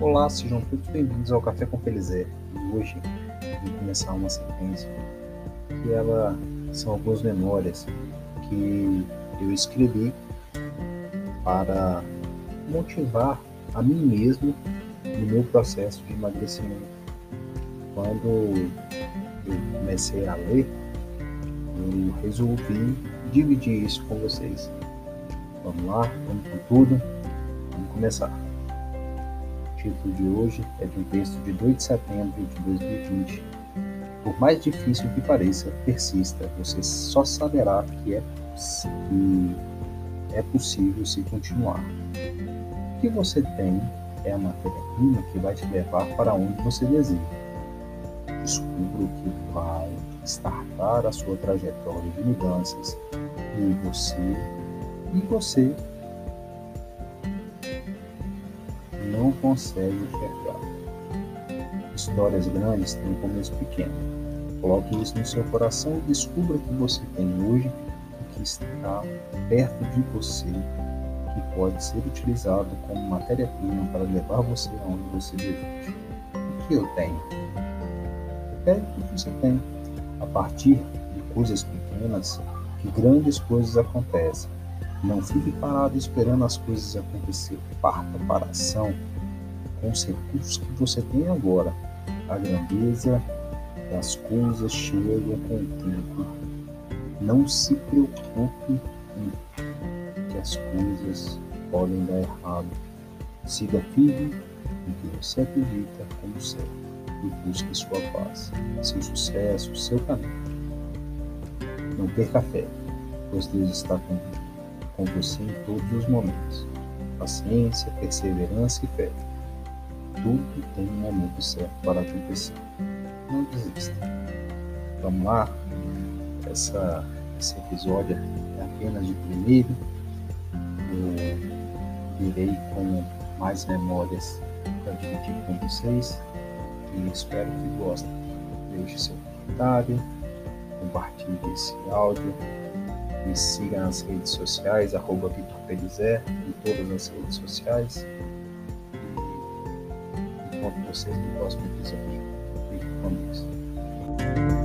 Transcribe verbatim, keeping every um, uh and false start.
Olá, sejam todos bem-vindos ao Café com Pelizé. E hoje vou começar uma sequência que ela são algumas memórias que eu escrevi para motivar a mim mesmo no meu processo de emagrecimento. Quando eu comecei a ler, eu resolvi dividir isso com vocês. Vamos lá, vamos com tudo, vamos começar. O título de hoje é de um texto de dois de setembro de dois mil e vinte. Por mais difícil que pareça, persista, você só saberá que é, que é possível se continuar. O que você tem é a matéria-prima que vai te levar para onde você deseja. Descubra o que vai startar a sua trajetória de mudanças e você, e você não consegue enxergar. Histórias grandes têm um começo pequeno. Coloque isso no seu coração e descubra que você tem hoje o que está perto de você, que pode ser utilizado como matéria-prima para levar você aonde você deseja. O que eu tenho? É o que você tem. A partir de coisas pequenas, que grandes coisas acontecem. Não fique parado esperando as coisas acontecer. Parta para a ação com os recursos que você tem agora. A grandeza das coisas chegam com o tempo. Não se preocupe em que as coisas podem dar errado. Siga firme em que você acredita como certo e busque sua paz, seu sucesso, seu caminho. Não perca a fé, pois Deus está com, com você em todos os momentos. Paciência, perseverança e fé. Tudo tem um momento certo para acontecer. Não desista. Vamos lá? Essa, esse episódio é apenas de primeiro. Eu virei com mais memórias para dividir com vocês. E espero que gostem. Deixe seu comentário, compartilhe esse áudio, me siga nas redes sociais, arroba Vitor Pelizé, em todas as redes sociais. E encontro vocês no próximo episódio. Fique com Deus.